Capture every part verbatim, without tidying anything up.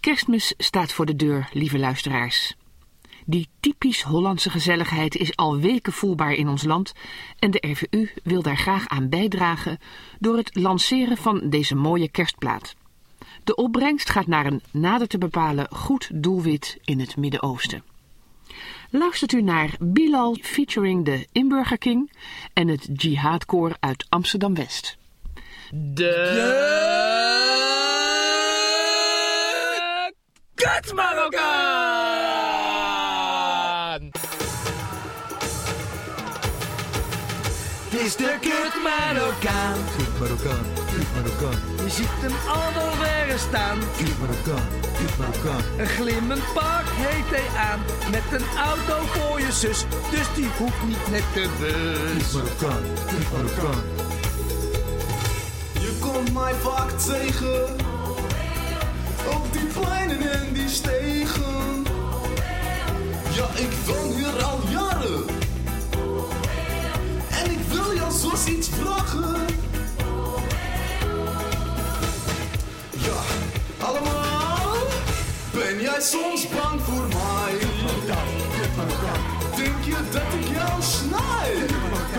Kerstmis staat voor de deur, lieve luisteraars. Die typisch Hollandse gezelligheid is al weken voelbaar in ons land en de R V U wil daar graag aan bijdragen door het lanceren van deze mooie kerstplaat. De opbrengst gaat naar een nader te bepalen goed doelwit in het Midden-Oosten. Luistert u naar Bilal featuring de Inburger King en het Jihadkoor uit Amsterdam-West. De... Kut Marokkaan! Het is de Kut Marokkaan. Kut Marokkaan, Kut Marokkaan. Je ziet hem al verre staan. Kut Marokkaan, Kut Marokkaan. Een glimmend pak heeft hij aan. Met een auto voor je zus. Dus die hoeft niet met de bus. Kut Marokkaan, Kut Marokkaan. Je komt mij vaak tegen. Op die pleinen en die stegen. Ja, ik woon hier al jaren. En ik wil jou zoals iets vragen. Ja, allemaal. Ben jij soms bang voor mij? Denk je dat ik jou snijd?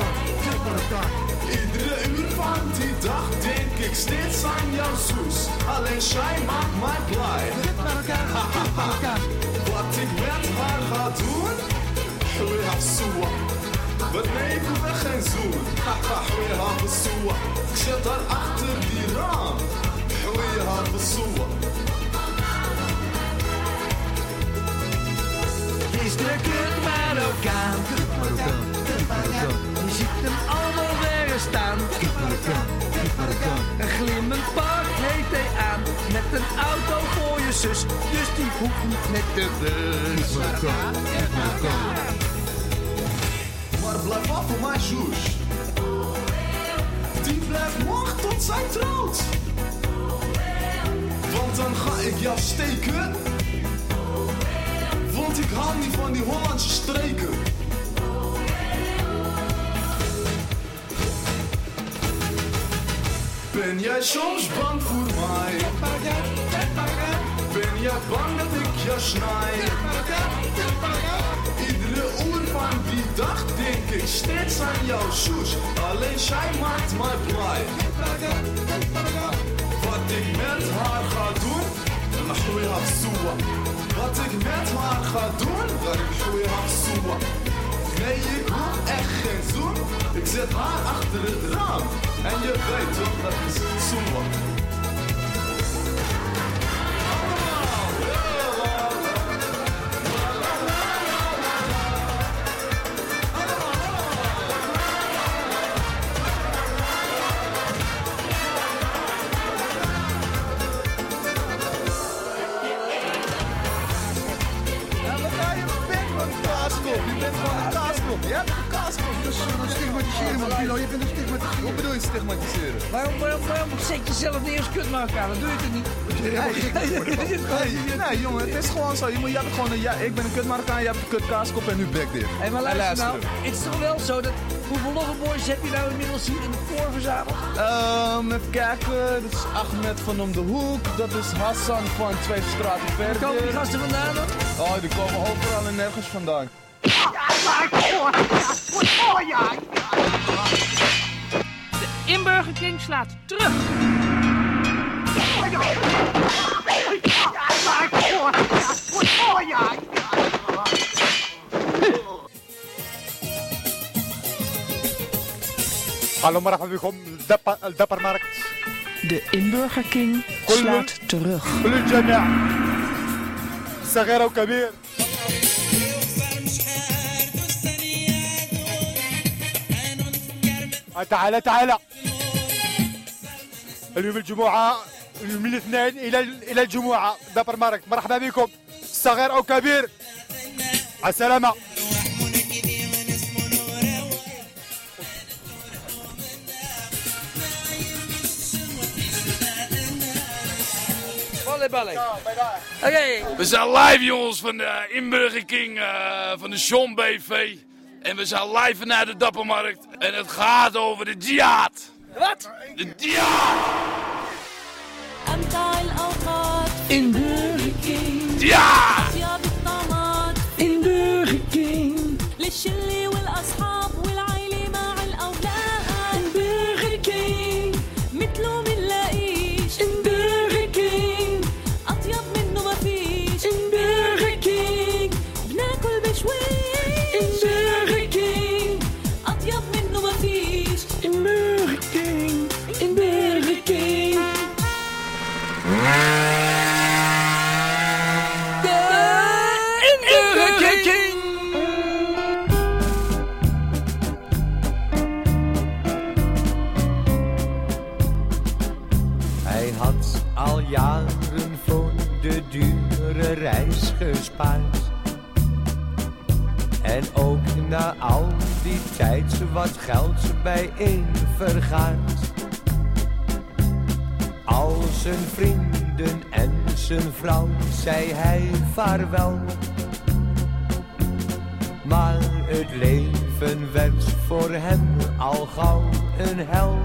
Iedere uur van die dag denk ik steeds aan jouw zus. Alleen zij maakt mij blij. Wat ik met haar ga doen? Goeie hafsoa. Wat nee, doe weg geen zoen. Goeie hafsoa. Ik zit daar achter die raam. Goeie hafsoa. Het is de Kut Marokkaan. Kut Marokkaan, Kut Marokkaan. Je ziet hem allemaal verre staan. Kut Marokkaan, Kut Marokkaan. Een glimmend pak heeft hij aan. Met een auto voor je zus. Dus die hoeft niet met de bus. Kut Marokkaan, Kut Marokkaan. Maar blijf af voor mijn zus. Die blijft wachten tot zij trouwt. Want dan ga ik jou steken. Want ik hou niet van die Hollandse streken. Ben jij soms bang voor mij? Ben jij bang dat ik jou snijd? Iedere uur van die dag denk ik steeds aan jouw zus. Alleen zij maakt mij blij. Wat ik met haar ga doen? Een goeie hafsoa. Wat ik met haar ga doen? Dat ik goeie hafsoa. Nee, ik hoef echt geen zoen. Ik zet haar achter het raam. En je weet toch, dat is het zoen. Je bent gewoon een kaaskop. Je hebt een kaaskop. Dus uh, stigmatiseren, man. Bilo, je bent een stigmatiseren. Wat bedoel je stigmatiseren? Waarom, waarom, waarom zet je zelf neer als Kut Marokkaan? Dat doe je toch niet? Nee, nee, jongen, het is gewoon zo. Je, moet, je hebt gewoon een, ja, ik ben een kut Marokkaan, je hebt een kut kaaskop en nu bek dit. Hey, maar luister, luister nou, het is toch wel zo dat... Hoeveel loverboys heb je nou inmiddels hier in de koor verzameld? Um, even kijken, dat is Ahmed van Om de Hoek, dat is Hassan van Twee Straten Verder. Waar komen die gasten vandaan dan? Oh, die komen overal en nergens vandaan. De Inburger King slaat terug. Hallo, مرحبا بكم الدبرماركت. De Inburger King slaat terug. كل الجميع صغير وكبير. تعال تعال. اليوم الجمعة من الاثنين إلى إلى الجمعة دبرماركت. مرحبا بكم صغير أو كبير. على السلامة. Okay. We zijn live, jongens, van de Inburger King, uh, van de Sean B V. En we zijn live vanuit de Dappermarkt. En het gaat over de jihad. Wat? De jihad! Inburger jihad! In Burger King. للشلة والأصحاب والعيلة مع الأولاد. In Burger King. مثله منلاقيش. In Burger King. أطيب منه ما فيش. In Burger King. بناكل بشويش. In Burger King. أطيب منه ما فيش. In Burger King. In Burger King. Hij had al jaren voor de dure reis gespaard. En ook na al die tijd wat geld bijeen vergaard. Al zijn vrienden en zijn vrouw zei hij vaarwel. Maar het leven werd voor hem al gauw een hel.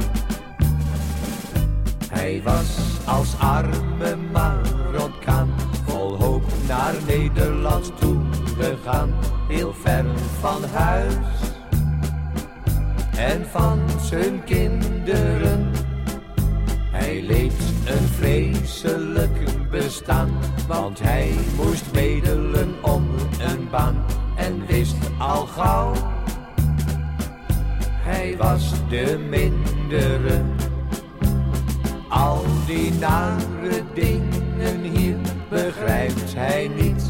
Hij was als arme Marokkaan vol hoop naar Nederland toegegaan. Heel ver van huis en van zijn kinderen. Hij leed een vreselijk bestaan, want hij moest bedelen om een baan. En wist al gauw, hij was de mindere. Al die nare dingen hier begrijpt hij niet.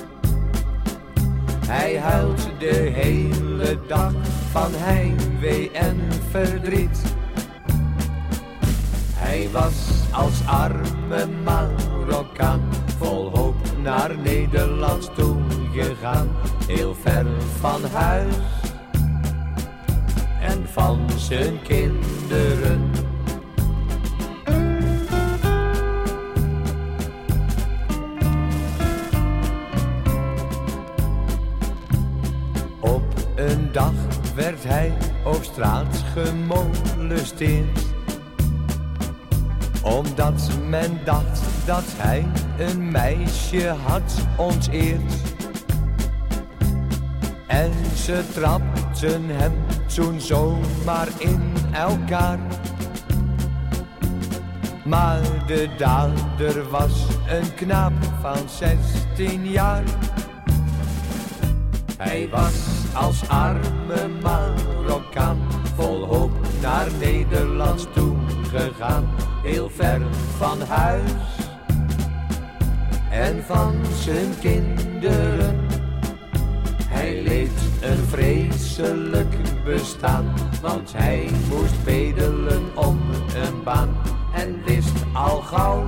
Hij huilt de hele dag van heimwee en verdriet. Hij was als arme Marokkaan vol hoop naar Nederland toegegaan. Heel ver van huis en van zijn kinderen. Op een dag werd hij op straat gemolesteerd. Omdat men dacht dat hij een meisje had onteerd. En ze trapten hem toen zomaar in elkaar. Maar de dader was een knaap van zestien jaar. Hij was als arme Marokkaan vol hoop naar Nederland toegegaan. Heel ver van huis en van zijn kinderen. Hij leed een vreselijk bestaan, want hij moest bedelen om een baan. En wist al gauw,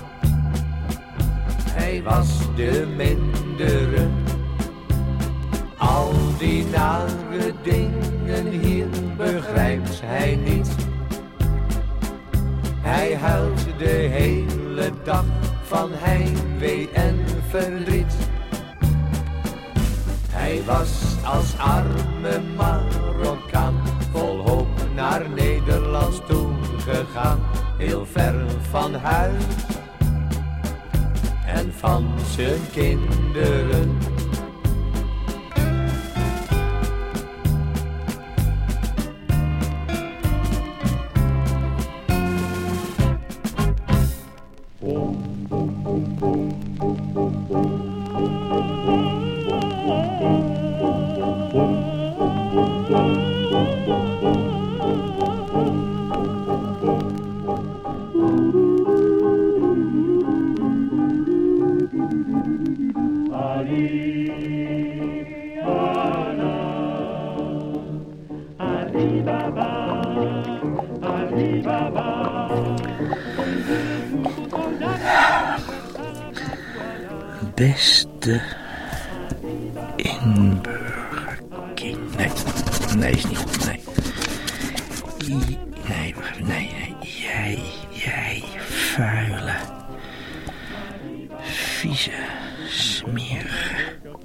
hij was de mindere. Al die nare dingen hier begrijpt hij niet. Hij huilt de hele dag van heimwee en verdriet. Hij was als arme Marokkaan vol hoop naar Nederland toegegaan. Heel ver van huis en van zijn kinderen. Beste in Burger King. Nee, nee, is niet goed. Nee. I, nee, nee, nee. Jij, jij, vuile, vieze, smerige,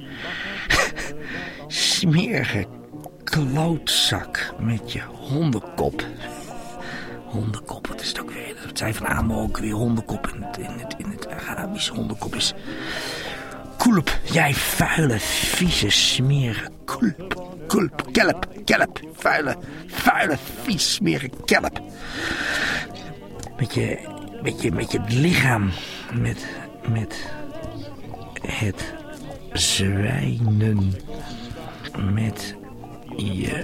smerige klootzak met je hondenkop. Hondenkop, wat is het ook weer? Dat zei Van Amo ook weer hondenkop in het, in het, in het Arabisch. Hondenkop is kulp. Jij vuile, vieze, smerige kulp. Kulp, kelp, kelp. Vuile, vuile, vies, smerige kelp. Met je, met je, met je lichaam. Met, met het zwijnen. Met je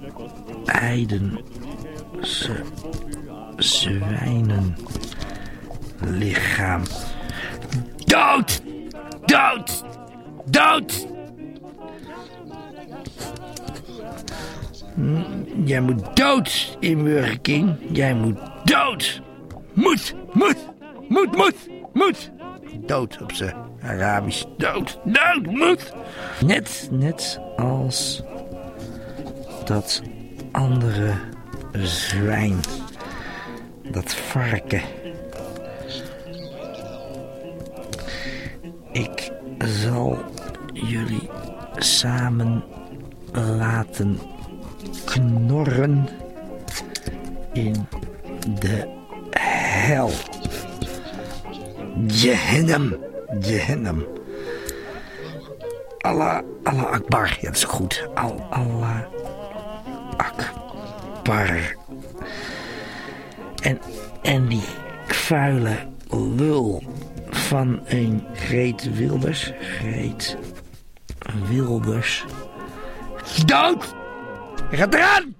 heidense zwijnen lichaam. Dood! Dood! Dood! Jij moet dood, Burger King. Jij moet dood! Moet! Moet! Moet! Moet! Moet! Dood op z'n Arabisch. Dood! Dood! Moet! Net, net als dat andere zwijn. Dat varken. Ik zal jullie samen laten knorren in de hel. Jehannam. Jehannam. Allah, Allah Akbar. Ja, dat is goed. Al, Allah Akbar. En, en die vuile lul van een Geert Wilders. Geert Wilders. Dood! Je gaat eraan!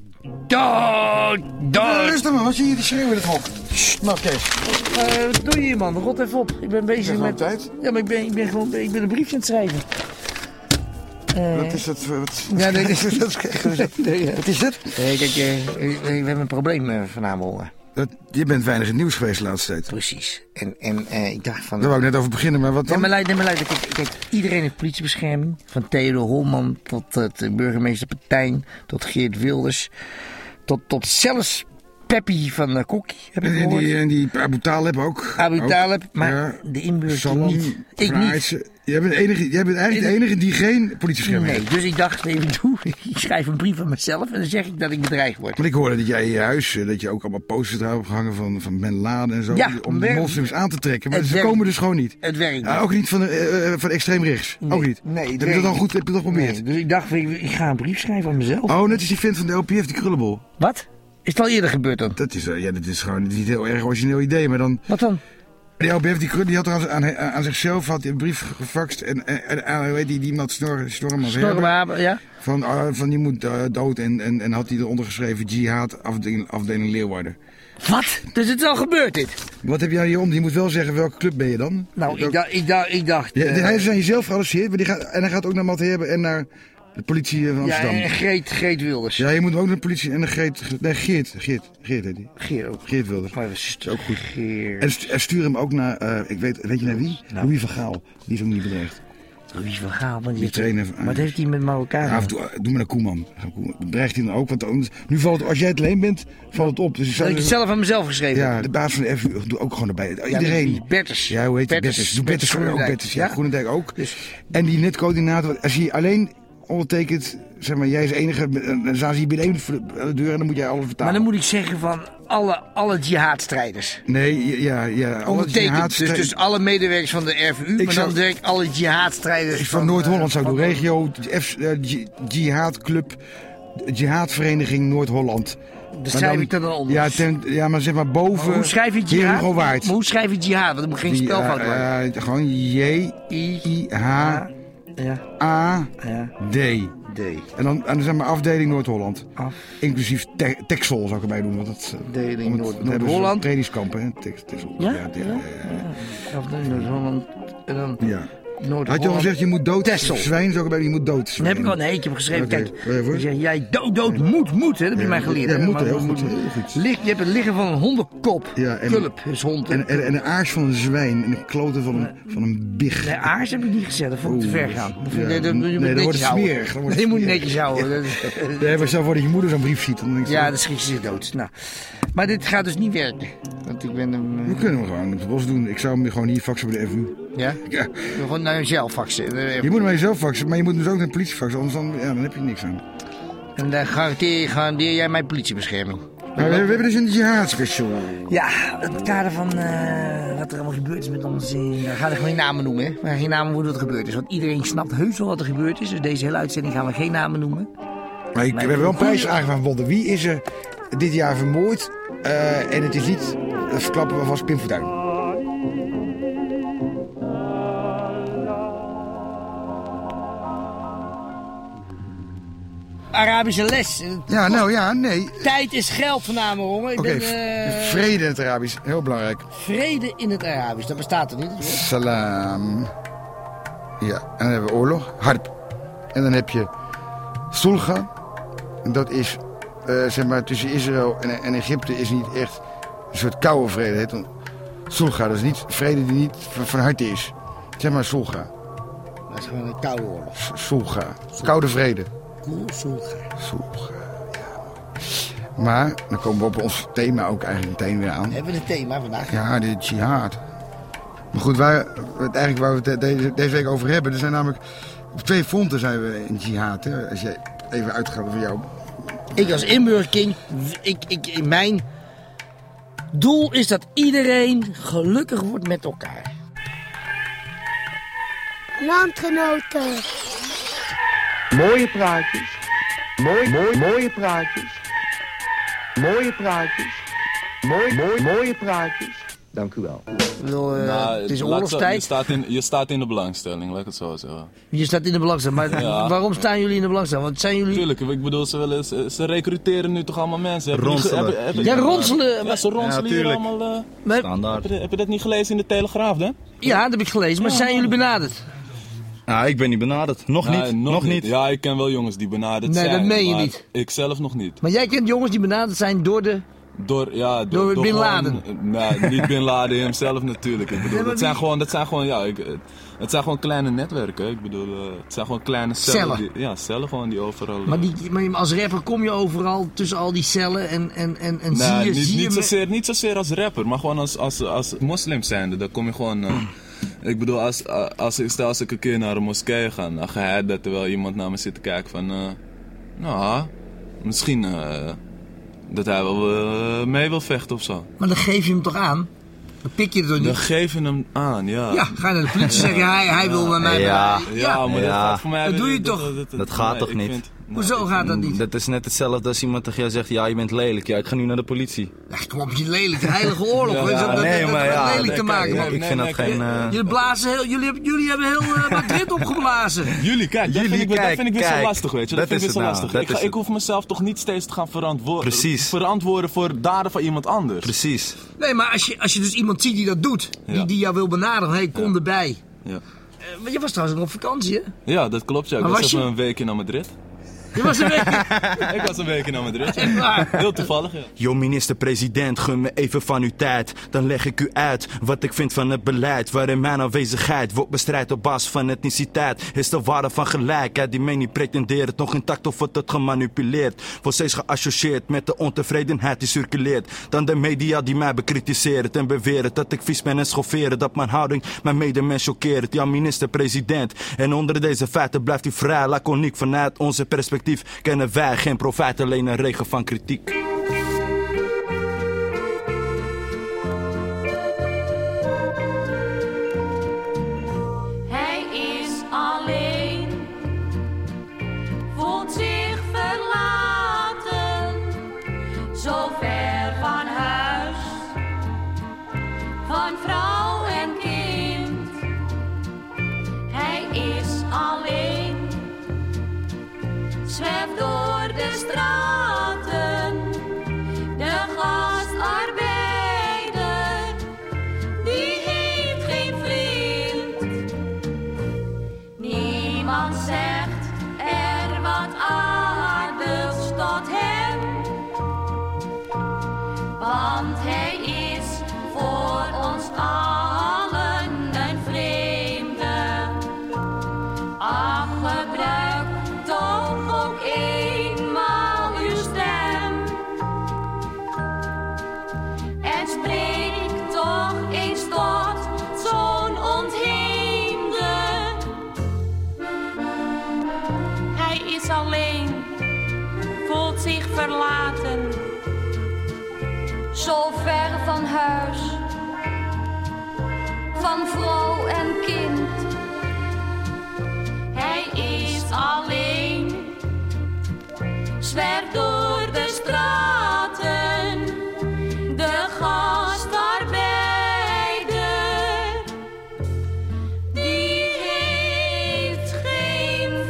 Dood! Dood! Rustig man, wat zie je te schreeuwen in het hok? Nou Kees. Uh, wat doe je hier man? Rot even op. Ik ben bezig met... tijd? Ja, maar ik ben, ik ben gewoon ik ben een briefje aan het schrijven. Uh, wat is het? Wat... Ja, nee, dit is het. Wat is het? Nee, kijk, uh, we hebben een probleem uh, vanavond. Dat, je bent weinig in het nieuws geweest de laatste tijd. Precies. En, en uh, ik dacht van... Daar wou ik net over beginnen, maar wat dan? Nee, maar luister, nee, maar luister. Kijk, kijk, iedereen heeft politiebescherming. Van Theodor Holman tot uh, burgemeester Partijn, tot Geert Wilders, tot, tot zelfs Peppi van uh, Kokkie, heb ik en gehoord. Die, en die Abu Talib ook. Abu Talib, maar ja, de inburgering Salom, niet. Ik niet. Jij bent, enige, jij bent eigenlijk de enige die geen politiebescherming nee, heeft. Dus ik dacht, nee, ik, doe, ik schrijf een brief aan mezelf en dan zeg ik dat ik bedreigd word. Want ik hoorde dat jij in je huis, dat je ook allemaal posters daar hebt gehangen van, van Ben Laden en zo. Ja, om de moslims aan te trekken. Maar ze werkt. komen dus gewoon niet. Het werkt. Ja, ook niet van, uh, van extreem rechts. Nee, ook niet. Nee, heb je dat al goed heb je dat geprobeerd? Nee, dus ik dacht, ik, ik ga een brief schrijven aan mezelf. Oh, net als die vent van de L P F, die krullenbol. Wat? Is het al eerder gebeurd dan? Dat is, uh, ja, dat is gewoon niet een heel erg origineel idee, maar dan... Wat dan? De L P F die, die had er aan, aan, aan zichzelf had een brief gefaxt en, en, en hoe heet die, die iemand Snor, Stormers Stormers, ja. Van, uh, van die moet uh, dood en, en, en had hij eronder geschreven jihad afdeling, afdeling Leeuwarden. Wat? Dus het is al gebeurd dit? Wat heb jij hier om? Je moet wel zeggen welke club ben je dan? Nou, ik, da ik, da ik dacht... Ja, uh, hij is aan jezelf gearresteerd, maar die gaat, en hij gaat ook naar Matt Herben en naar de politie van Amsterdam. Ja, en Greet, Greet Wilders. Ja, je moet ook naar de politie en naar Greet... Nee, Geert. Geert. Geert heet die. Geert ook. Geert Wilders. Maar dat is ook goed. Geert. En, stu en stuur hem ook naar... Uh, ik weet, weet je naar wie? Nou. Louis van Gaal. Die is ook niet bedreigd. Louis van Gaal? Want die trainer. Wat uh, heeft hij met Marokkaan? Ja, doe, doe maar naar Koeman. Dreigt hij dan ook? Want anders, nu valt het, als jij het alleen bent, valt het op. Dus ik zou ik het zelf aan mezelf geschreven? Ja, de baas van de F U doe ook gewoon erbij. Ja, iedereen. Bertens. Ja, hoe heet die? Bertens. Doe Bertens ook. Bertens. Ja, Groenendijk ook. Dus. En die netcoördinator, als je alleen ondertekent, zeg maar, jij is de enige, dan staan ze hier binnen de deur en dan moet jij alles vertalen. Maar dan moet ik zeggen van alle, alle jihadstrijders. Nee, ja, ja. Ondertekend, dus, dus alle medewerkers van de R V U, ik maar zou, dan direct alle jihadstrijders van, van Noord-Holland uh, zou doen. Regio, F, uh, Jihadclub, Jihadvereniging Noord-Holland. Dat schrijf ik er dan onder. Ja, ten, ja, maar zeg maar boven. Maar hoe schrijf je jihad? Maar hoe schrijf je jihad? Want er moet geen spelfout worden. Uh, uh, gewoon J I H Ja. A ja. D. D. En dan, en dan zeg maar afdeling Noord-Holland. Af. Inclusief te Texel zou ik erbij doen. Want dat, afdeling Noord-Holland. Trainingskampen, hè? Texel. Ja? Ja, ja, ja, ja. Afdeling Noord-Holland. En dan... Ja. Had je al gezegd, je moet dood. Tessel. Zwijn zou ik erbij, je moet dood. Zwijn. Dat heb ik al, nee, ik heb geschreven, okay. Kijk, je zegt, jij dood, dood, moet, moet, hè, dat heb je ja, mij geleerd. Ja, moet, maar, heel moet, goed, heel goed. Lig, je hebt het liggen van een hondenkop, ja, en, kulp, is hond. En, en, en een aars van een zwijn en een kloten van een, van een big. Nee, aars heb ik niet gezegd, dat vond ik te ver gaan. Dat ja, nee, dat, nee, nee, dat wordt smerig. Nee, je moet netjes houden. Ja. Nee, maar stel voor dat je moeder zo'n brief ziet. Dan denk ja, dan schiet je zich dood. Nou, maar dit gaat dus niet werken. Want ik ben hem... We kunnen hem gewoon met de bos doen. Ik zou hem gewoon hier faxen bij de F U. Ja? Ja. Gewoon naar jezelf faxen. Je moet naar jezelf faxen, maar je moet dus ook naar de politie faxen. Anders dan, ja, dan heb je niks aan. En dan garandeer, garandeer jij mijn politiebescherming. we, we hebben dus een jihad special. Ja, in het kader van uh, wat er allemaal gebeurd is met ons. Uh, we gaan er geen namen noemen, hè. We gaan geen namen hoe dat gebeurd is. Want iedereen snapt heus wel wat er gebeurd is. Dus deze hele uitzending gaan we geen namen noemen. Maar ik, we hebben wel een prijsvraag van Wonder. Wie is er dit jaar vermoord? Uh, en het is niet, dat verklappen we vast, Pim Fortuyn. Arabische les. Ja, nou ja, nee. Tijd is geld voornamelijk, hoor. Oké, okay, uh... vrede in het Arabisch. Heel belangrijk. Vrede in het Arabisch, dat bestaat er niet. Salam. Ja, en dan hebben we oorlog. Harb. En dan heb je sulha. En dat is, uh, zeg maar, tussen Israël en, en Egypte is niet echt een soort koude vrede. Het heet sulha. Dat is niet vrede die niet van, van harte is. Zeg maar sulha. Dat is gewoon een koude oorlog. Sulha. Koude vrede. Sulha. Sulha, ja. Maar dan komen we op ons thema ook eigenlijk meteen weer aan. Hebben we het thema vandaag? Ja, de jihad. Maar goed, waar, eigenlijk waar we het deze, deze week over hebben, er zijn namelijk op twee fronten zijn we in jihad. Hè? Als je even uitgaat van jou. Ik als inburgerking, ik, ik, ik, mijn doel is dat iedereen gelukkig wordt met elkaar. Landgenoten. Mooie praatjes. Mooi, mooi, mooie praatjes. Mooie praatjes. Mooi, mooi, mooie praatjes. Dank u wel. Bedoel, uh, nou, het is oorlogstijd. Je staat, in, je staat in de belangstelling, laat ik het zo zeggen. Je staat in de belangstelling, maar ja. Waarom staan jullie in de belangstelling? Want zijn jullie... Tuurlijk, ik bedoel, ze, willen, ze, ze recruteren nu toch allemaal mensen. Ronselen. Heb, heb, heb, ja, ronselen. Ja, ze ronselen ja, hier allemaal... Uh, maar... Standaard. Heb je, heb je dat niet gelezen in de Telegraaf, hè? Ja, dat heb ik gelezen, maar ja, zijn jullie benaderd? Nou, ik ben niet benaderd. Nog nee, niet. Nog, nog niet. niet. Ja, ik ken wel jongens die benaderd nee, zijn. Nee, dat meen je niet. Ik zelf nog niet. Maar jij kent jongens die benaderd zijn door de... Door, ja, door, door, door Bin Laden? Gewoon, nou, niet Bin Laden hemzelf natuurlijk. Ik bedoel, ja, dat, zijn gewoon, dat zijn gewoon, ja, ik, het zijn gewoon kleine netwerken. Ik bedoel, uh, het zijn gewoon kleine cellen. Cellen? Die, ja, cellen gewoon die overal... Maar, die, maar als rapper kom je overal tussen al die cellen en, en, en, en nee, zie je... Niet, zie niet, je zozeer, niet zozeer als rapper, maar gewoon als, als, als moslim zijnde. Dan kom je gewoon... Uh, ik bedoel, als, als, ik, stel als ik een keer naar een moskee ga, dan ga je dat er wel iemand naar me zit te kijken van... Uh, nou, misschien... Uh, dat hij wel uh, mee wil vechten of zo. Maar dan geef je hem toch aan? Dan pik je het toch niet? Dan geef je hem aan, ja. Ja, ga je naar de politie zeggen, ja, hij, hij wil met mij... Ja, ja, ja maar ja. dat gaat voor mij... Dat doe je dat, toch? Dat, dat, dat, dat gaat nee, toch niet? Vind, nee, Hoezo gaat dat niet? Dat is net hetzelfde als iemand tegen jou zegt, ja, je bent lelijk. Ja, ik ga nu naar de politie. Ja, kom op, je lelijk. De heilige oorlog. ja, ja, dat, nee, dat, maar dat ja, lelijk nee, te maken. Kijk, ik nee, vind nee, dat nee, geen... Uh... Jullie, blazen heel, jullie, hebben, jullie hebben heel uh, Madrid opgeblazen. Jullie, kijk, dat jullie, vind ik, kijk, dat vind ik weer kijk, zo lastig, weet je. Dat, dat vind ik weer zo lastig. Nou, ik, ga, ik hoef mezelf toch niet steeds te gaan verantwoorden, Precies. verantwoorden voor daden van iemand anders. Precies. Nee, maar als je, als je dus iemand ziet die dat doet, die, ja. die jou wil benaderen, hé, hey, kom ja. erbij. Ja. Uh, maar je was trouwens nog op vakantie, hè? Ja, dat klopt, ja. Ik maar was, was even je... een weekje naar Madrid. Je was een weekje? Ik was een weekje naar Madrid. Ja. Heel toevallig, ja. Yo, minister-president, gun me even van uw tijd. Dan leg ik u uit wat ik vind van het beleid. Waarin mijn aanwezigheid wordt bestrijd op basis van etniciteit. Is de waarde van gelijkheid die mij niet pretendeert. Nog intact of wordt het gemanipuleerd. Wordt steeds geassocieerd met de ontevredenheid die circuleert. Dan de media die mij bekritiseren en beweren dat ik vies ben en schofferen. Dat mijn houding mijn medemens choqueert. Ja, minister-president. En onder deze feiten blijft u vrij laconiek vanuit onze perspectief. Kennen wij geen profijt, alleen een regen van kritiek. Hij is alleen, voelt zich verlaten, zo ver van huis, van vrouw en kind. Hij is alleen, zwerft door de straten, de gastarbeider, die heeft geen vriend. Niemand zegt er wat aardigs tot hem, want hij is voor ons allen een vreemde. Ach, gebruik toch ook eenmaal uw stem en spreek toch eens tot zo'n ontheemde. Hij is alleen, voelt zich verlaten, zo ver van huis, van vrouw en kind. Hij is alleen, zwerft door de straten, de gastarbeider, die heeft geen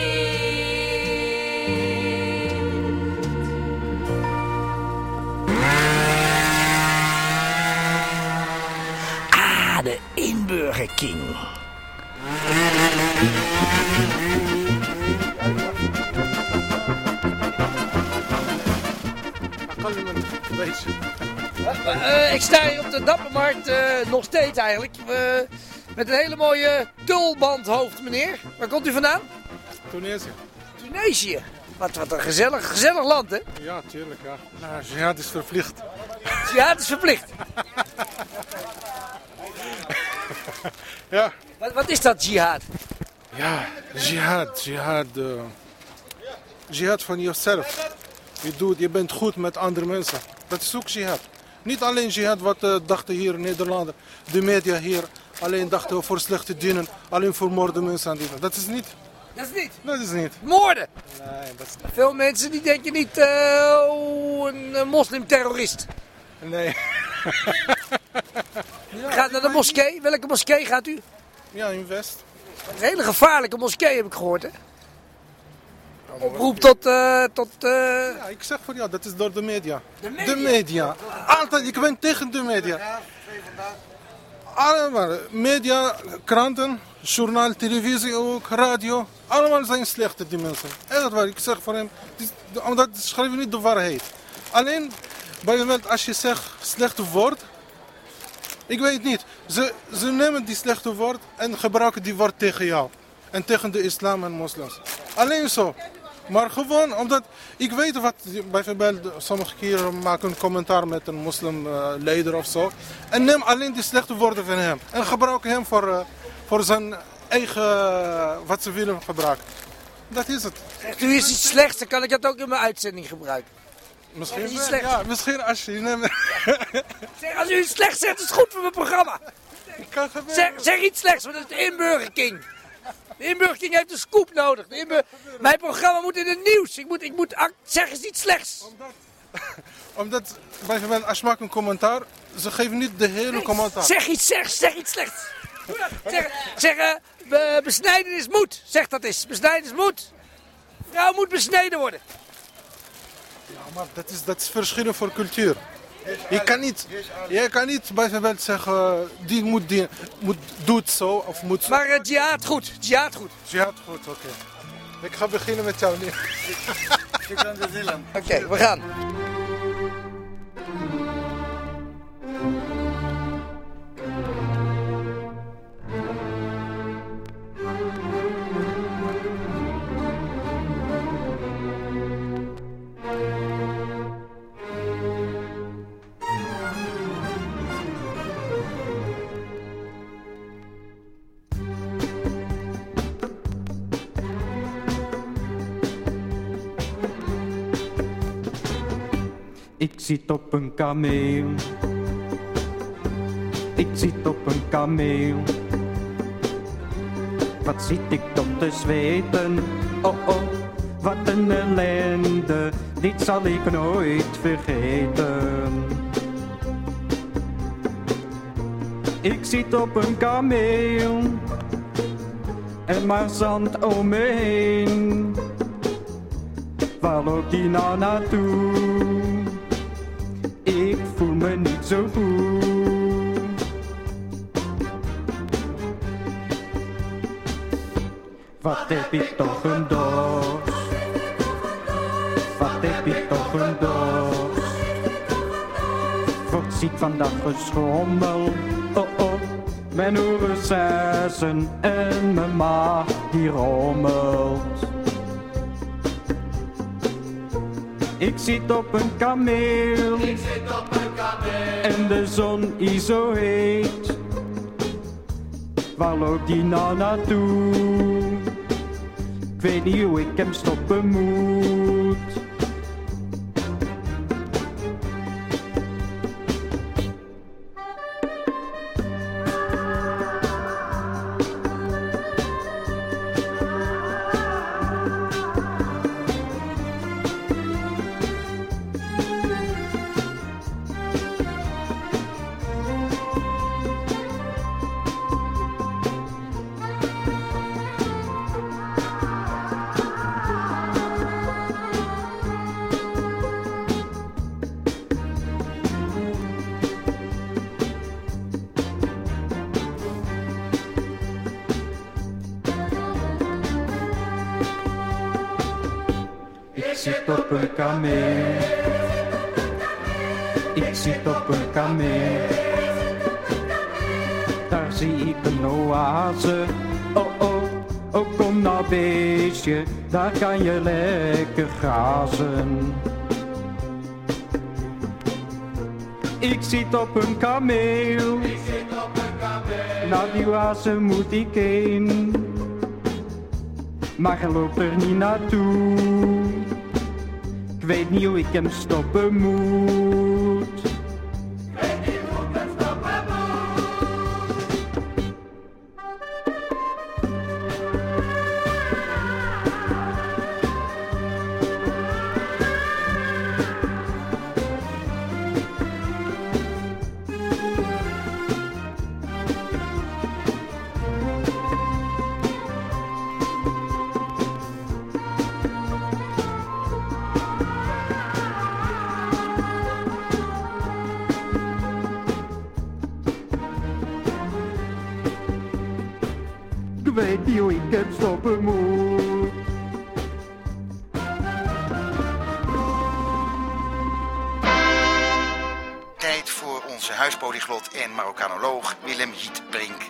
vriend. Ah, de inburgerking. Uh, ik sta hier op de Dappermarkt, uh, nog steeds eigenlijk, uh, met een hele mooie tulbandhoofd, meneer. Waar komt u vandaan? Tunesië. Tunesië. Wat, wat een gezellig, gezellig land, hè? Ja, tuurlijk, ja. Nou, jihad is verplicht. Jihad is verplicht. Ja. Wat, wat is dat, jihad? Ja, jihad, jihad. Uh, jihad van jezelf. Je, doet, je bent goed met andere mensen. Dat is ook jihad. Niet alleen jihad wat uh, dachten hier in Nederland, de media hier, alleen dachten voor slechte dienen, alleen voor moorden mensen aan die. Dat is niet. Dat is niet? Dat is niet. Moorden? Nee, dat is niet. Veel mensen die denken niet, uh, oh, een uh, moslimterrorist. Nee. Gaat naar de moskee. Welke moskee gaat u? Ja, in West. Dat is een hele gevaarlijke moskee, heb ik gehoord, hè? Oproep tot... Uh, tot uh... Ja, ik zeg voor jou, dat is door de media. De media? De media. Altijd, ik ben tegen de media. Allemaal, media, kranten, journaal, televisie ook, radio. Allemaal zijn slechte die mensen. Echt waar, ik zeg voor hem, omdat ze schrijven niet de waarheid. Alleen, bijvoorbeeld als je zegt slechte woord, ik weet niet. Ze, ze nemen die slechte woord en gebruiken die woord tegen jou. En tegen de islam en moslims. Alleen zo. Maar gewoon omdat ik weet wat, bijvoorbeeld sommige keren maken een commentaar met een moslimleider uh, of zo. En neem alleen die slechte woorden van hem. En gebruik hem voor, uh, voor zijn eigen, uh, wat ze willen gebruiken. Dat is het. Zegt u is iets slechts, dan kan ik dat ook in mijn uitzending gebruiken. Misschien is wel, iets slechts. ja, misschien als je neemt. Zeg, als u iets slechts zegt, is het goed voor mijn programma. Kan zeg, zeg iets slechts, want dat is de inburgerking. De inburgerking heeft een scoop nodig. De inbur... Mijn programma moet in het nieuws. Ik moet, ik moet act... zeg eens iets slechts. Omdat, omdat bijvoorbeeld als je maakt een commentaar, ze geven niet de hele nee, commentaar. Zeg iets slechts, zeg iets slechts. Zeg, zeg uh, be, besnijdenis moet. Zeg dat eens, besnijdenis moet. Vrouw moet besneden worden. Ja, maar dat is, dat is verschillend voor cultuur. Je kan niet, je kan niet bijvoorbeeld zeggen, die moet, die moet doet zo of moet zo. Maar uh, jihad goed, jihad goed. Jihad goed, oké. Okay. Ik ga beginnen met jou nu. Oké, okay, we gaan. Ik zit op een kameel. Ik zit op een kameel. Wat zit ik toch te zweten? Oh oh, wat een ellende. Dit zal ik nooit vergeten. Ik zit op een kameel. En maar zand om me heen. Waar loopt die nou naartoe? Ik voel me niet zo goed. Wat heb ik toch een dorst? Wat heb ik toch een dorst? Word ziek van dat geschommel. Oh oh, mijn oren suizen en mijn maag die rommelt. Ik zit op een kameel. Ik zit op een kameel. En de zon is zo heet. Waar loopt die nou naartoe? Ik weet niet hoe ik hem stoppen moet. zit op een kameel. Ik zit op een kameel. Daar zie ik een oase. Oh oh, oh kom nou beestje, daar kan je lekker grazen. Ik zit op een kameel. Ik zit op een kameel. Naar die oase moet ik heen. Maar hij loopt er niet naartoe. Ik weet niet hoe ik hem stoppen moet. Ik weet niet hoe ik hem stoppen Ik weet niet hoe ik het stoppen moet. Tijd voor onze huispolyglot en Marokkanoloog Willem Gietbrink.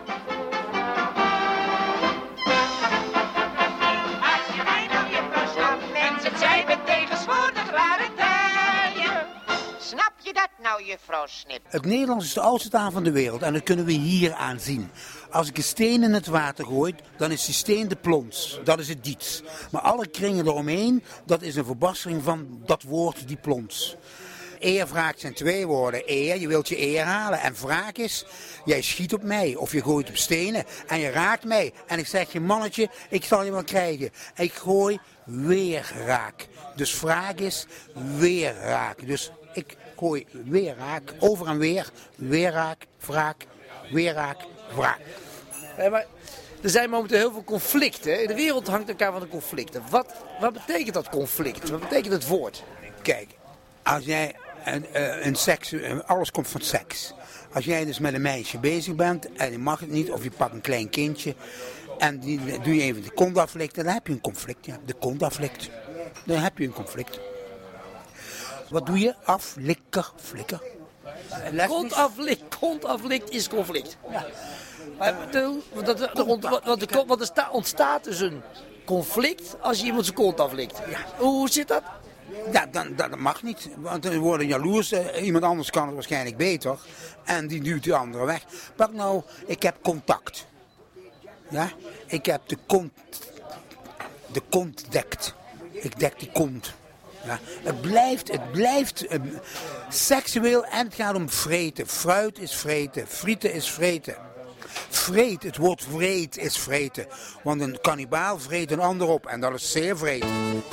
Mensen zijn met tegenwoordig rare tijden. Snap je dat nou, juffrouw Snip? Het Nederlands is de oudste taal van de wereld en dat kunnen we hier aan zien. Als ik een steen in het water gooi, dan is die steen de plons. Dat is het diets. Maar alle kringen eromheen, dat is een verbastering van dat woord die plons. Eer, wraak zijn twee woorden. Eer, je wilt je eer halen. En wraak is, jij schiet op mij. Of je gooit op stenen en je raakt mij. En ik zeg je, mannetje, ik zal je wel krijgen. En ik gooi weer raak. Dus wraak is weer raak. Dus ik gooi weer raak. Over en weer. Weer raak, wraak, weer raak, wraak. Nee, maar er zijn momenteel heel veel conflicten. De wereld hangt elkaar van de conflicten. Wat, wat betekent dat conflict? Wat betekent het woord? Kijk, als jij een, een seks, alles komt van seks. Als jij dus met een meisje bezig bent en je mag het niet, of je pakt een klein kindje en die doe je even de kont aflikken, dan heb je een conflict. Ja, de kont aflikt. Dan heb je een conflict. Wat doe je? Aflikker, flikker. Kont aflikt, kont aflikt is conflict. Ja. Maar de, want dat, de, want de, want de, want er sta, ontstaat dus een conflict als je iemand zijn kont aflikt. Ja. Hoe zit dat? Ja, dan, dat mag niet, want dan worden jaloers. Uh, iemand anders kan het waarschijnlijk beter. En die duwt de andere weg. Pak nou, ik heb contact. Ja, ik heb de kont, de kont dekt. Ik dek die kont. Ja, het blijft, het blijft uh, seksueel en het gaat om vreten. Fruit is vreten, frieten is vreten. Vreet, het woord vreet is vreten. Want een kannibaal vreet een ander op en dat is zeer vreed.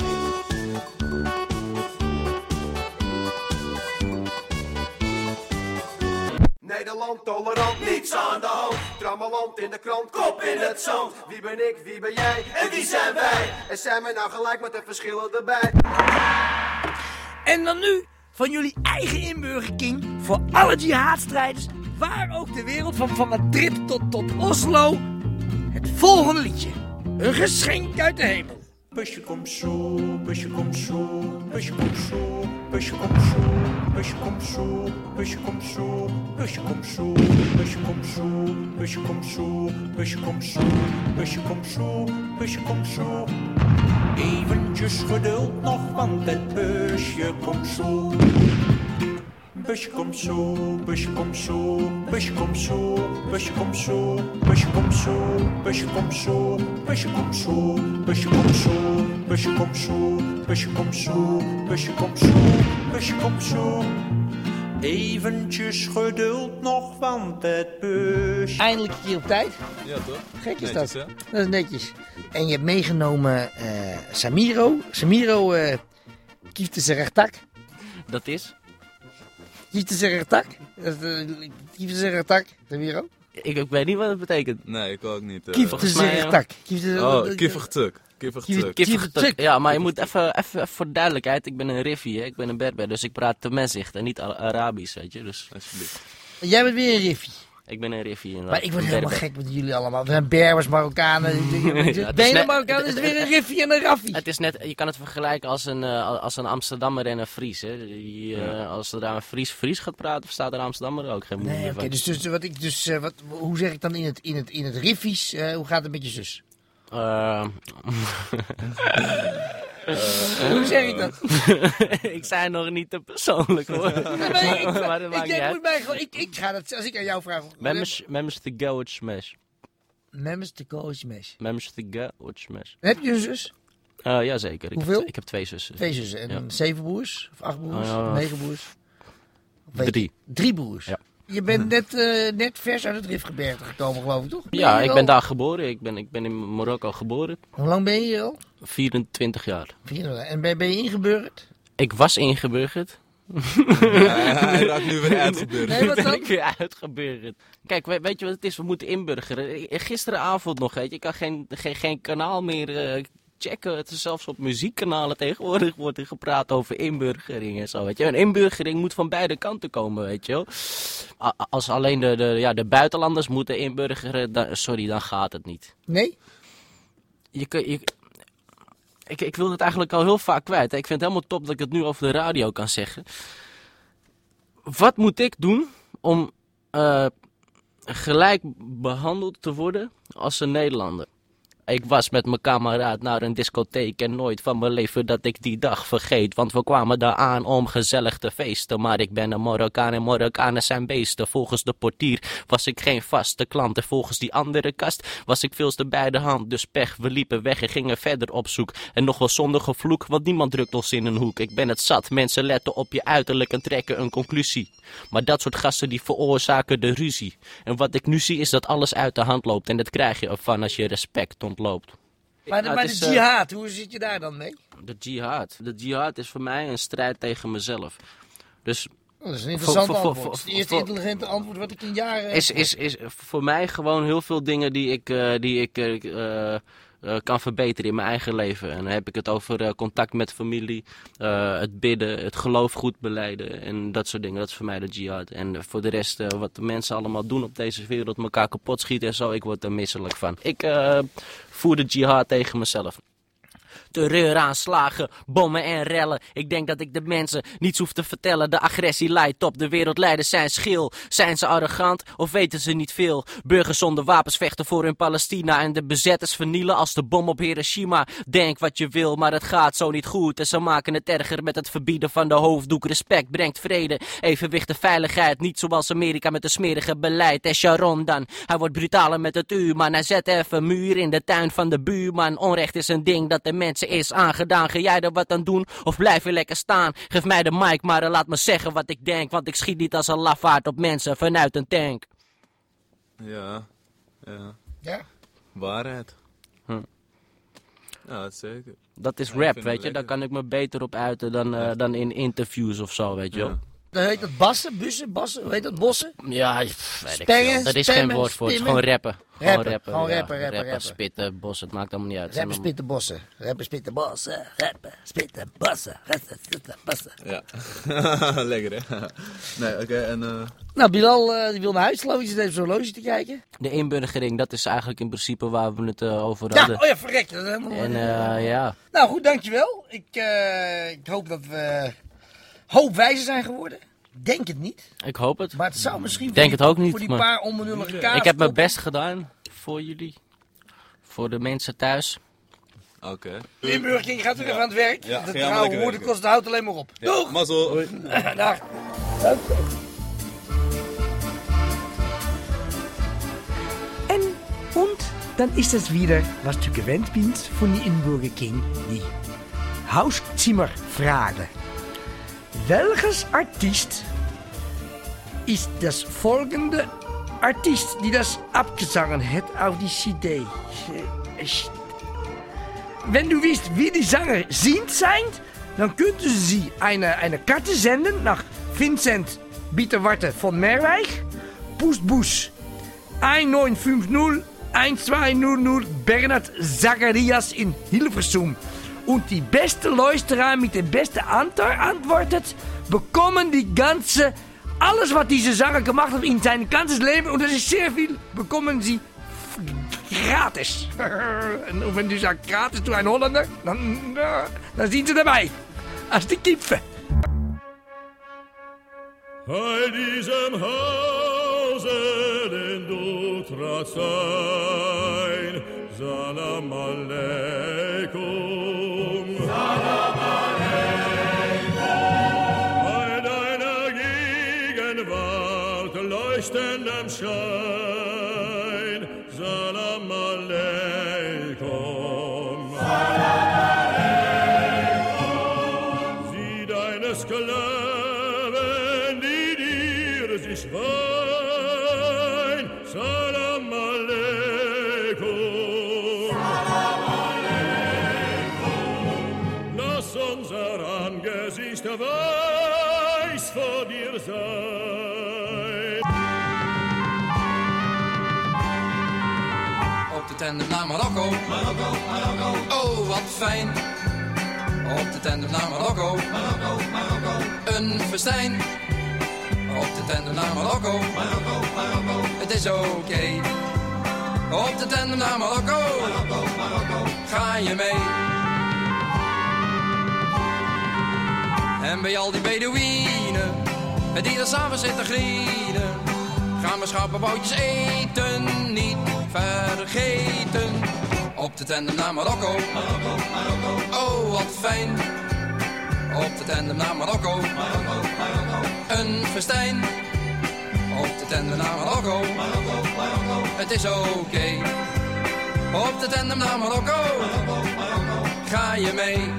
Nederland tolerant, niets aan de hand. Trammeland in de krant, kop in het zand. Wie ben ik, wie ben jij en wie zijn wij? En zijn we nou gelijk met de verschillen erbij? En dan nu van jullie eigen inburgerking voor alle jihadstrijders, waar ook de wereld, van, van Madrid tot, tot Oslo. Het volgende liedje. Een geschenk uit de hemel. Busje kom zo, busje kom zo, busje kom zo, busje kom zo, busje kom zo, busje kom zo, busje kom zo, busje kom zo, busje kom zo, busje kom zo, busje kom zo, busje kom zo. Eventjes geduld nog, want het busje komt zo. Busje komt zo, busje komt zo, busje komt zo, busje komt zo, busje komt zo, busje komt zo, busje komt zo, busje komt zo, busje komt zo, busje komt zo, busje komt zo, busje komt zo. Eventjes geduld nog, want het busje... Eindelijk een keer op tijd. Ja, toch? Gek is Netjes, dat. Hè? Dat is netjes. En je hebt meegenomen uh, Samiro. Samiro, uh, kiefte zijn rechtak. Dat is? Kiefte zijn rechtak. Kiefte zijn rechtak, Samiro. Ik, ik weet niet wat het betekent. Nee, ik ook niet. Uh, Kiefte zijn rechtak. Oh, kiefigtuk. Kiefigtuk. Kiefigtuk. Ja, maar je moet even, even, even voor de duidelijkheid. Ik ben een Riffi, hè. Ik ben een Berber, dus ik praat Temezicht en niet Arabisch, weet je. Dus. Alsjeblieft. Jij bent weer een Riffi. Ik ben een riffie. Maar ik word helemaal gek met jullie allemaal. We zijn Berbers, Marokkanen. Benen Marokkanen is weer een riffie en een raffie. Het is net, je kan het vergelijken als een, uh, als een Amsterdammer en een Fries. Hè. Die, uh, ja. Als er daar een Fries Fries gaat praten, verstaat er een Amsterdammer ook geen moeite nee, oké. Okay, dus, dus, wat ik, dus uh, wat, hoe zeg ik dan in het, in het, in het riffies? Uh, hoe gaat het met je zus? Uh... Uh, Hoe zeg ik dat? Ik zei nog niet te persoonlijk hoor. Nee, nee, ik, maar dat maakt ik, niet moet mij gewoon, ik, ik ga dat, als ik aan jou vraag. Mems te go het smash. Mems te go het smash. Mems te go het smash. Heb je een zus? Uh, Jazeker. Hoeveel? Ik heb, ik heb twee zussen. Twee zussen. En ja. zeven broers? Of acht broers? Uh, of negen broers? Of drie. Drie broers? Ja. Je bent net, uh, net vers uit het Rifgebergte gekomen, geloof ik, toch? Ben ja, ik ben daar geboren. Ik ben, ik ben in Marokko geboren. Hoe lang ben je hier al? vierentwintig jaar. En ben, ben je ingeburgerd? Ik was ingeburgerd. Ja, hij raakt nu weer uitgeburgerd. Nee, wat dan? Ik weer uitgeburgerd. Kijk, weet, weet je wat het is? We moeten inburgeren. Gisteravond nog, weet je. Ik kan geen, geen, geen kanaal meer... Uh, checken. Het is zelfs op muziekkanalen tegenwoordig wordt er gepraat over inburgering en zo, weet je. Een inburgering moet van beide kanten komen, weet je wel. Als alleen de, de, ja, de buitenlanders moeten inburgeren, dan, sorry, dan gaat het niet. Nee? Je, je, ik, ik wil het eigenlijk al heel vaak kwijt. Hè. Ik vind het helemaal top dat ik het nu over de radio kan zeggen. Wat moet ik doen om uh, gelijk behandeld te worden als een Nederlander? Ik was met mijn kameraad naar een discotheek en nooit van mijn leven dat ik die dag vergeet. Want we kwamen daar aan om gezellig te feesten. Maar ik ben een Marokkaan en Marokkanen zijn beesten. Volgens de portier was ik geen vaste klant. En volgens die andere kast was ik veelste bij de hand. Dus pech, we liepen weg en gingen verder op zoek. En nog wel zonder gevloek, want niemand drukt ons in een hoek. Ik ben het zat, mensen letten op je uiterlijk en trekken een conclusie. Maar dat soort gasten die veroorzaken de ruzie. En wat ik nu zie is dat alles uit de hand loopt. En dat krijg je ervan als je respect ontloopt. Maar de, nou, maar de is, jihad, uh, hoe zit je daar dan mee? De jihad. De jihad is voor mij een strijd tegen mezelf. Dus... Dat is een interessant voor, antwoord. Voor, voor, het eerste intelligente antwoord wat ik in jaren... Is, is, is voor mij gewoon heel veel dingen die ik... Uh, die ik uh, uh, Uh, kan verbeteren in mijn eigen leven. En dan heb ik het over uh, contact met familie, uh, het bidden, het geloof goed beleiden en dat soort dingen. Dat is voor mij de jihad. En uh, voor de rest, uh, wat de mensen allemaal doen op deze wereld, elkaar kapot schieten en zo, ik word er misselijk van. Ik uh, voer de jihad tegen mezelf. Terreuraanslagen, bommen en rellen. Ik denk dat ik de mensen niets hoef te vertellen. De agressie leidt op, de wereldleiders zijn schil. Zijn ze arrogant of weten ze niet veel? Burgers zonder wapens vechten voor hun Palestina. En de bezetters vernielen als de bom op Hiroshima. Denk wat je wil, maar het gaat zo niet goed. En ze maken het erger met het verbieden van de hoofddoek. Respect brengt vrede, evenwicht en veiligheid. Niet zoals Amerika met een smerige beleid. En Sharon dan, hij wordt brutaler met het uurman. Hij zet even muur in de tuin van de buurman. Onrecht is een ding dat de mensen is aangedaan. Ga jij er wat aan doen of blijf je lekker staan? Geef mij de mic maar en laat me zeggen wat ik denk. Want ik schiet niet als een lafaard op mensen vanuit een tank. Ja, ja. Ja? Waarheid. Hm. Ja, dat zeker. Dat is ja, rap, weet je. Daar kan ik me beter op uiten dan, uh, dan in interviews of zo, weet je wel. Ja. Dan heet dat bassen, bussen, bassen, hoe heet dat, bossen? Ja, pff, weet Spengen, ik veel. Dat is spemmen, geen woord voor, het is spimmen. gewoon rappen. Rappen, Gewoon rappen, gewoon ja. rappen, rappen, rappen, rappen. spitten, bossen, het maakt allemaal niet uit. Rappen, spitten, bossen. Rappen, spitten, bossen. Rappen, spitten, bossen. Rappen, spitten, bossen. Ja, lekker hè. Nee, oké, okay, en... Uh... Nou, Bilal, uh, die wil naar huis, geloof ik. Zit even zo'n horloge te kijken. De inburgering, dat is eigenlijk in principe waar we het uh, over ja, hadden. Oh ja, verrek. Dat is helemaal... En uh, ja. Nou goed, dankjewel. Ik, uh, ik hoop dat we hoopwijzer zijn geworden. Denk het niet. Ik hoop het. Maar het zou misschien voor Denk die, het ook niet, voor die maar... paar onbenullige kaas. Ik heb mijn best gedaan voor jullie. Voor de mensen thuis. Oké. Okay. De inburgering gaat weer ja. even aan het werk. Ja, de trouwe woorden kost de hout alleen maar op. Ja. Doeg! Mazzel. Dag. En, und dann ist es wieder, was du gewöhnt bist von die Inburgerking, die Hauszimmerfrage. Welches Artist ist das folgende Artist, die das abgesungen hat auf die C D? Wenn du weißt, wie die Sänger sind, sind, dann könnten sie eine, eine Karte senden nach Vincent Bieterwarte von Merwijk, Poestbus neun fünf null eins zwei null null Bernhard Zacharias in Hilversum. Und die beste Luisteraar mit der besten Antwort antwortet, bekommen die ganze alles, was diese Sache gemacht hat in sein ganzes Leben, und das ist sehr viel, bekommen sie gratis. Und wenn du sagst gratis zu einem Holländer, dann, dann sind sie dabei. Als die Kipfen. Bei diesem Hause, den du tratst ein, Salam Aleikum. Salam Aleikum. Bei deiner Gegenwart leuchtendem Schein, Salam Aleikum. Salam Aleikum. Sieh deine Sklaven, die dir sich wein, Salam Aleikum. Salam Aleikum. Lass unser Angesicht weiß vor dir sein. Op de tandem naar Marokko. Marokko, Marokko. Oh, wat fijn. Op de tandem naar Marokko. Marokko, Marokko. Een festijn. Op de tandem naar Marokko. Marokko, Marokko. Het is oké. Okay. Op de tandem naar Marokko. Marokko, Marokko. Ga je mee? En bij al die Bedouinen, die er samen zitten grienen, gaan we schappenboutjes eten, niet vergeten. Op de tandem naar Marokko. Marokko, Marokko. Oh, wat fijn. Op de tandem naar Marokko. Marokko, Marokko. Een festijn. Op de tandem naar Marokko. Marokko, Marokko. Het is oké. Okay. Op de tandem naar Marokko. Marokko, Marokko. Ga je mee?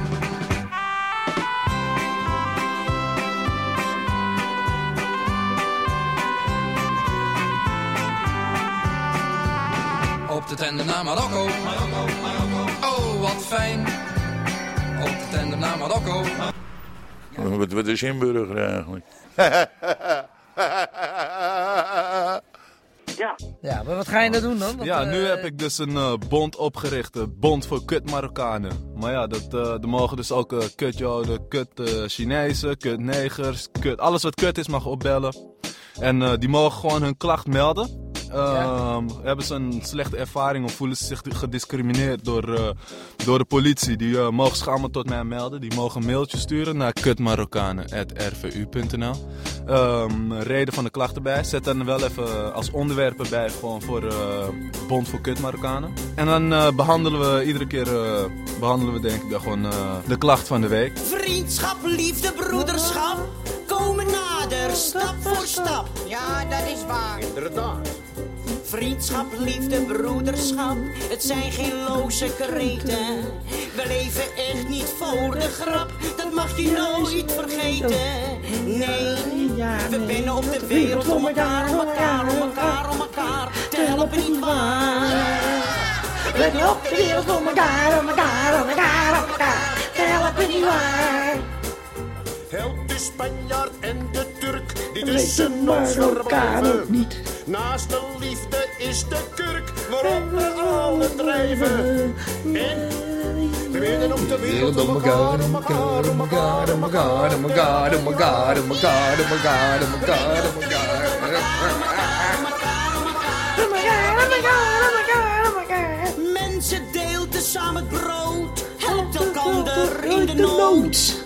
Op de tandem naar Marokko. Marokko, Marokko. Oh, wat fijn. Op de tandem naar Marokko. Wat, wat is inburger eigenlijk? Ja. Ja, maar wat ga je nou doen dan? Want, ja, nu uh, heb ik dus een uh, bond opgericht. Een bond voor kut Marokkanen. Maar ja, dat, uh, er mogen dus ook uh, kut Joden, kut uh, Chinezen, kut negers, kut, alles wat kut is mag opbellen. En uh, die mogen gewoon hun klacht melden. Uh, ja. Hebben ze een slechte ervaring of voelen ze zich gediscrimineerd door, uh, door de politie? Die uh, mogen zich allemaal tot mij melden. Die mogen een mailtje sturen naar kutmarokkanen apenstaartje r v u punt n l. Um, reden van de klacht erbij. Zet dan wel even als onderwerpen bij gewoon voor uh, Bond voor Kut Marokkanen. En dan uh, behandelen we iedere keer uh, behandelen we denk ik dan gewoon uh, de klacht van de week. Vriendschap, liefde, broederschap. Komen nader, stap voor stap. Ja, dat is waar. Inderdaad. Vriendschap, liefde, broederschap, het zijn geen loze kreten. We leven echt niet voor de grap, dat mag je nooit vergeten. Nee, we binnen op de wereld om elkaar, om elkaar, om elkaar, om elkaar te helpen, niet waar. We binnen op de wereld om elkaar, om elkaar, om elkaar, om elkaar te helpen, niet waar. Help de Spanjaard en de Turk, die tussen ons verblijven. Niet. Naast de liefde is de kurk, waarop we alle drijven. En we winnen op de wereld om elkaar, om elkaar, om elkaar, om elkaar, om elkaar, om elkaar, om elkaar, om elkaar, om elkaar, om elkaar. Mensen deelt samen het brood, helpt elkander in de nood.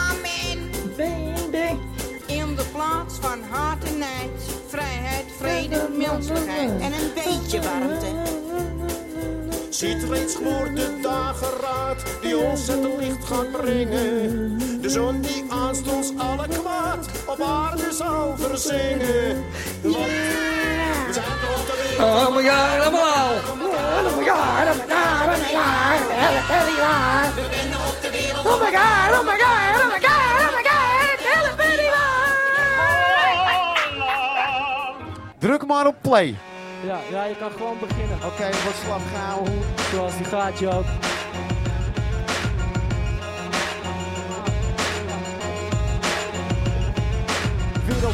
In de plaats van haat en nijd, vrijheid, vrede, menselijkheid en een beetje warmte. Ziet reeds voor de dageraad die ons het licht gaat brengen. De zon die aanstonds alle kwaad op aarde zal verzingen. Want we zijn toch op de wereld. Oh my god, allemaal! Oh my god, oh my god, oh my god, oh my god. We binnen op de wereld. Oh my god, oh my god, oh my god, oh my god. Druk maar op play. Ja, ja, je kan gewoon beginnen. Oké, okay, wat slap gauw. Zoals die gaat, je ook. Wereld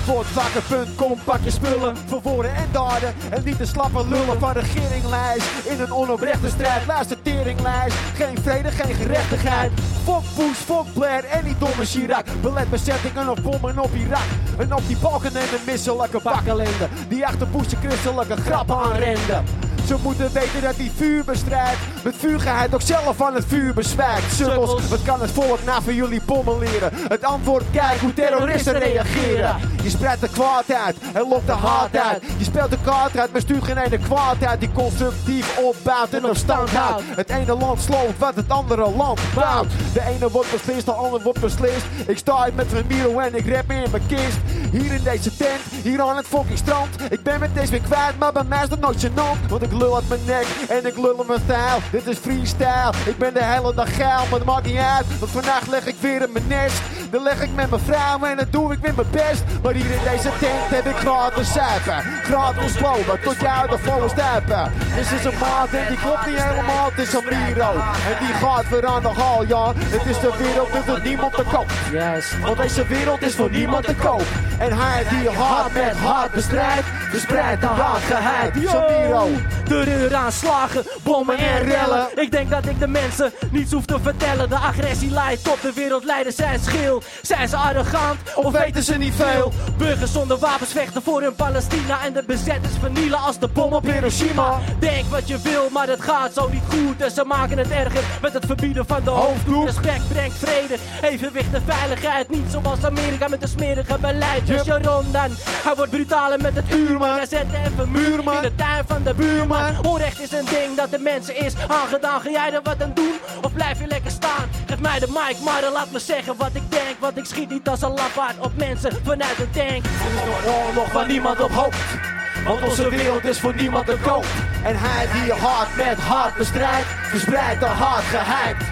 wordt wakker, punt, kom, pak je spullen. Voor woorden en daden en niet de slappe lullen van regeringlijst. In een onoprechte strijd, luister teringlijst. Geen vrede, geen gerechtigheid. Fok Bush, fok Blair en die domme Chirac. Belet bezettingen of bommen op Irak. En op die balken en de misselijke bakkelende. Die achter Bush de christelijke grappen aanrenden. Ze moeten weten dat die vuur bestrijdt. Met vuurgeheid ook zelf aan het vuur bezwijkt. Sukkels, wat kan het volk na van jullie bommen leren? Het antwoord, kijk hoe terroristen reageren. Je spreidt de kwaad uit en lokt de haat uit. Je speelt de kaart uit, maar stuurt geen ene kwaad uit. Die constructief opbouwt en op stand houdt. Het ene land sloopt wat het andere land bouwt. De ene wordt beslist, de ander wordt beslist. Ik sta hier met Van Miro en ik rap in mijn kist. Hier in deze tent, hier aan het fucking strand. Ik ben met deze weer kwijt, maar bij mij is dat nooit gênant. Want ik lul uit mijn nek en ik lul in mijn stijl. Dit is freestyle, ik ben de hele dag geil, maar dat maakt niet uit. Want vandaag leg ik weer in mijn nest. Dan leg ik met mijn vrouw en dan doe ik weer mijn best. Maar hier in deze tent heb ik gratis zuipen. Gratis slopen, tot je uit de volle stuipen. Dit is een maat en die klopt niet helemaal, het is een Miro. En die gaat weer aan de haal, ja. Het is de wereld, dus er niemand te koop. Yes. Want deze wereld is voor niemand te koop. En hij die hard met hard bestrijdt, verspreidt de hardgeheid. Zo'n Miro. Terreuraanslagen, bommen en rellen. Ik denk dat ik de mensen niets hoef te vertellen. De agressie leidt tot de wereldleiders zijn schil. Zijn ze arrogant of weten ze niet veel? Burgers zonder wapens vechten voor hun Palestina. En de bezetters vernielen als de bom op Hiroshima. Denk wat je wil, maar het gaat zo niet goed. En ze maken het erger met het verbieden van de hoofddoek. Respect brengt vrede, evenwicht en veiligheid. Niet zoals Amerika met een smerige beleid. Dus Sharon dan, hij wordt brutaler met het uurman. Hij zet even muurman in de tuin van de buurman. Onrecht is een ding dat de mensen is aangedaan. Ga jij er wat aan doen of blijf je lekker staan? Geef mij de mic, maar dan laat me zeggen wat ik denk. Want ik schiet niet als een lafaard op mensen vanuit de tank. Er is nog oorlog waar niemand op hoopt. Want onze wereld is voor niemand te koop. En hij die hard met hard bestrijdt, verspreidt de hard gehyped.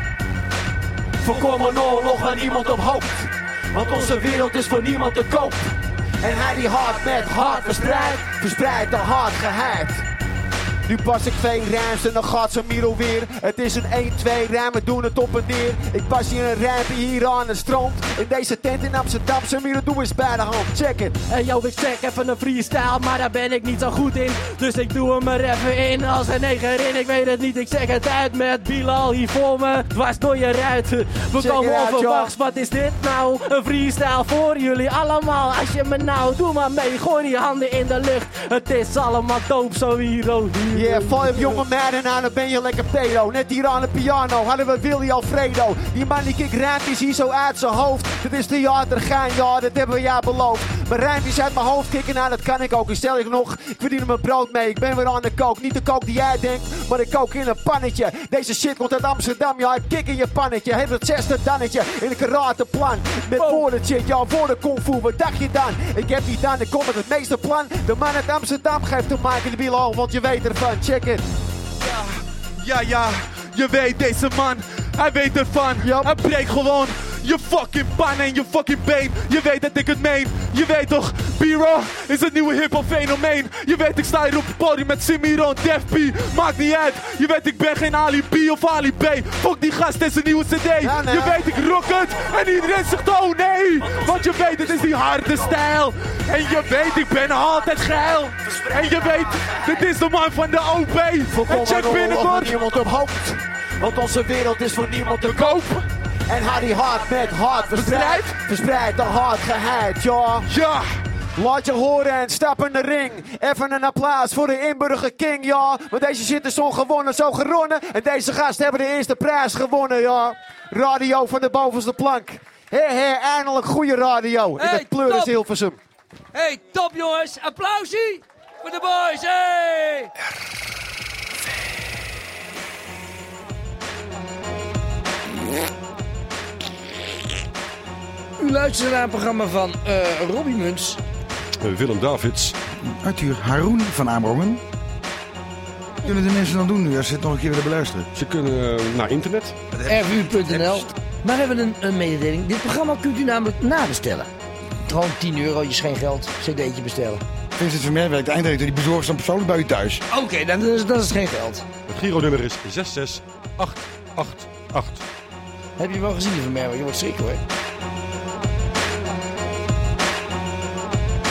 Voorkom een oorlog waar niemand op hoopt. Want onze wereld is voor niemand te koop. En hij die hard met hard bestrijdt, verspreidt de hard gehyped. Nu pas ik twee rijms en dan gaat ze Miro weer. Het is een één twee rijm, we doen het op en neer. Ik pas hier een rijmpje hier aan het strand. In deze tent in Amsterdam, ze Miro doe eens bij de hand. Check it. Hey yo, ik check even een freestyle, maar daar ben ik niet zo goed in. Dus ik doe hem er even in als een negerin. Ik weet het niet, ik zeg het uit met Bilal hier voor me. Dwars door je ruit. We check komen onverwachts, wat is dit nou? Een freestyle voor jullie allemaal. Als je me nou, doe maar mee, gooi die handen in de lucht. Het is allemaal dope, zo Miro hier. Yeah, val je jonge meiden aan, dan ben je lekker pedo. Net hier aan de piano hadden we Willy Alfredo. Die man die kikt rijmpjes hier zo uit zijn hoofd. Dat is theatergein, ja, dat hebben we ja beloofd. Maar rijmpjes uit mijn hoofd kicken, nou dat kan ik ook. Ik stel je nog, ik verdien er mijn brood mee. Ik ben weer aan de kook, niet de kook die jij denkt, maar ik kook in een pannetje. Deze shit komt uit Amsterdam, ja, ik kik in je pannetje. Heeft het zesde dannetje in een karateplan. Met woorden shit, ja, woorden kung fu, wat dacht je dan? Ik heb niet dan, ik kom met het meeste plan. De man uit Amsterdam geeft de mic in de Bilal, want je weet ervan. Check it. Ja, ja, ja, je weet deze man, hij weet ervan. Yep. Hij breekt gewoon je fucking pan en je fucking been. Je weet dat ik het meen. Je weet toch, B-Raw is het nieuwe hip-hop fenomeen. Je weet ik sta hier op het podium met Simiro en Def P. Maakt niet uit. Je weet ik ben geen Ali B of Ali B. Fuck die gast, dit is een nieuwe cd. Ja, nee. Je weet ik rock het en iedereen zegt oh nee. Want je weet het is die harde stijl. En je weet ik ben altijd geil. En je weet, dit is de man van de O P. En check binnenkort. Niemand op hoofd. Want onze wereld is voor niemand te koop. En hij die hard met hard verspreidt, verspreidt de hard geheid, ja. Ja. Laat je horen en stap in de ring. Even een applaus voor de Inburger King, ja. Want deze shit is ongewonnen, zo geronnen. En deze gasten hebben de eerste prijs gewonnen, ja. Radio van de bovenste plank. Hé, hé, eindelijk goede radio. In hey, het Pleuris Hilversum. Hey, top jongens. Applausie voor de boys, hey. U luistert naar een programma van uh, Robbie Muns. Uh, Willem Davids. Arthur Haroun van Amerongen. Wat kunnen de mensen dan doen nu als ze het nog een keer willen beluisteren? Ze kunnen uh, naar internet. R V U punt N L. Maar we hebben een, een mededeling. Dit programma kunt u namelijk nabestellen. Gewoon tien euro, je geen geld, cd'tje bestellen. Vincent van Merwijk, de eindredacteur, die bezorgt dan persoonlijk bij u thuis. Oké, okay, dan is dat is geen geld. Het Giro-nummer is zes zes acht acht acht. Heb je wel gezien, Van Merwijk? Je wordt schrikken hoor.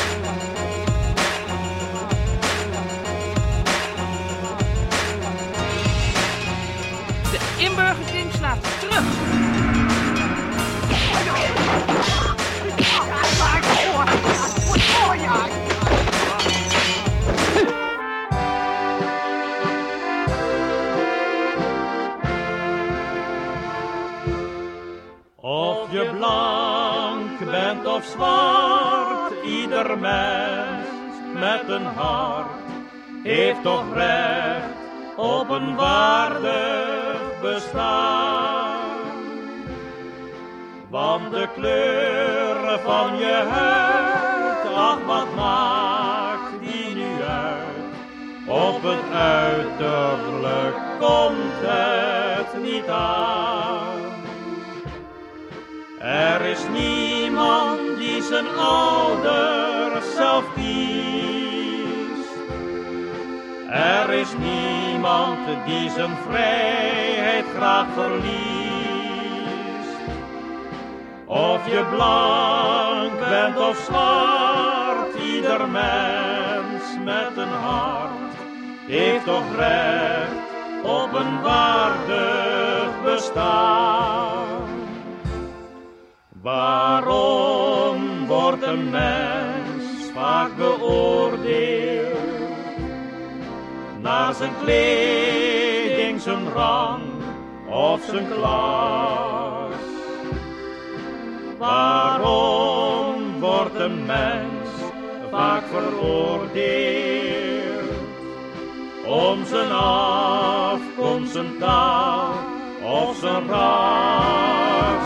ieder mens met een hart heeft toch recht op een waardig bestaan. Want de kleur van je huid, ach wat maakt die nu uit? Op het uiterlijk komt het niet aan. Er is niemand die zijn ouders zelf kiest. Er is niemand die zijn vrijheid graag verliest. Of je blank bent of zwart, ieder mens met een hart heeft toch recht op een waardig bestaan. Waarom wordt een mens vaak beoordeeld naar zijn kleding, zijn rang of zijn klas? Waarom wordt een mens vaak veroordeeld om zijn afkomst, zijn taal of zijn ras?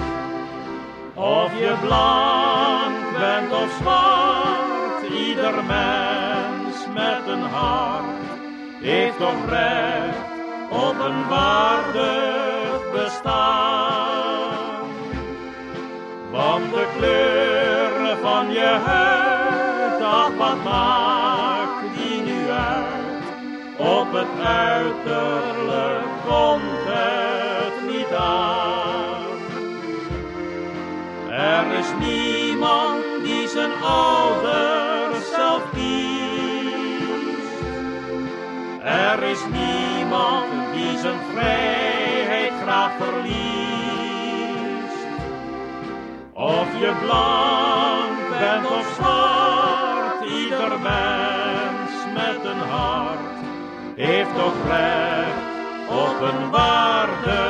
Of je blank bent of zwart, ieder mens met een hart heeft toch recht op een waardig bestaan. Want de kleur van je huid, ach wat maakt die nu uit? Op het uiterlijk komt het niet aan. Er is niemand die zijn ouders zelf kiest. Er is niemand die zijn vrijheid graag verliest. Of je blank bent of zwart, ieder mens met een hart heeft toch recht op een waarde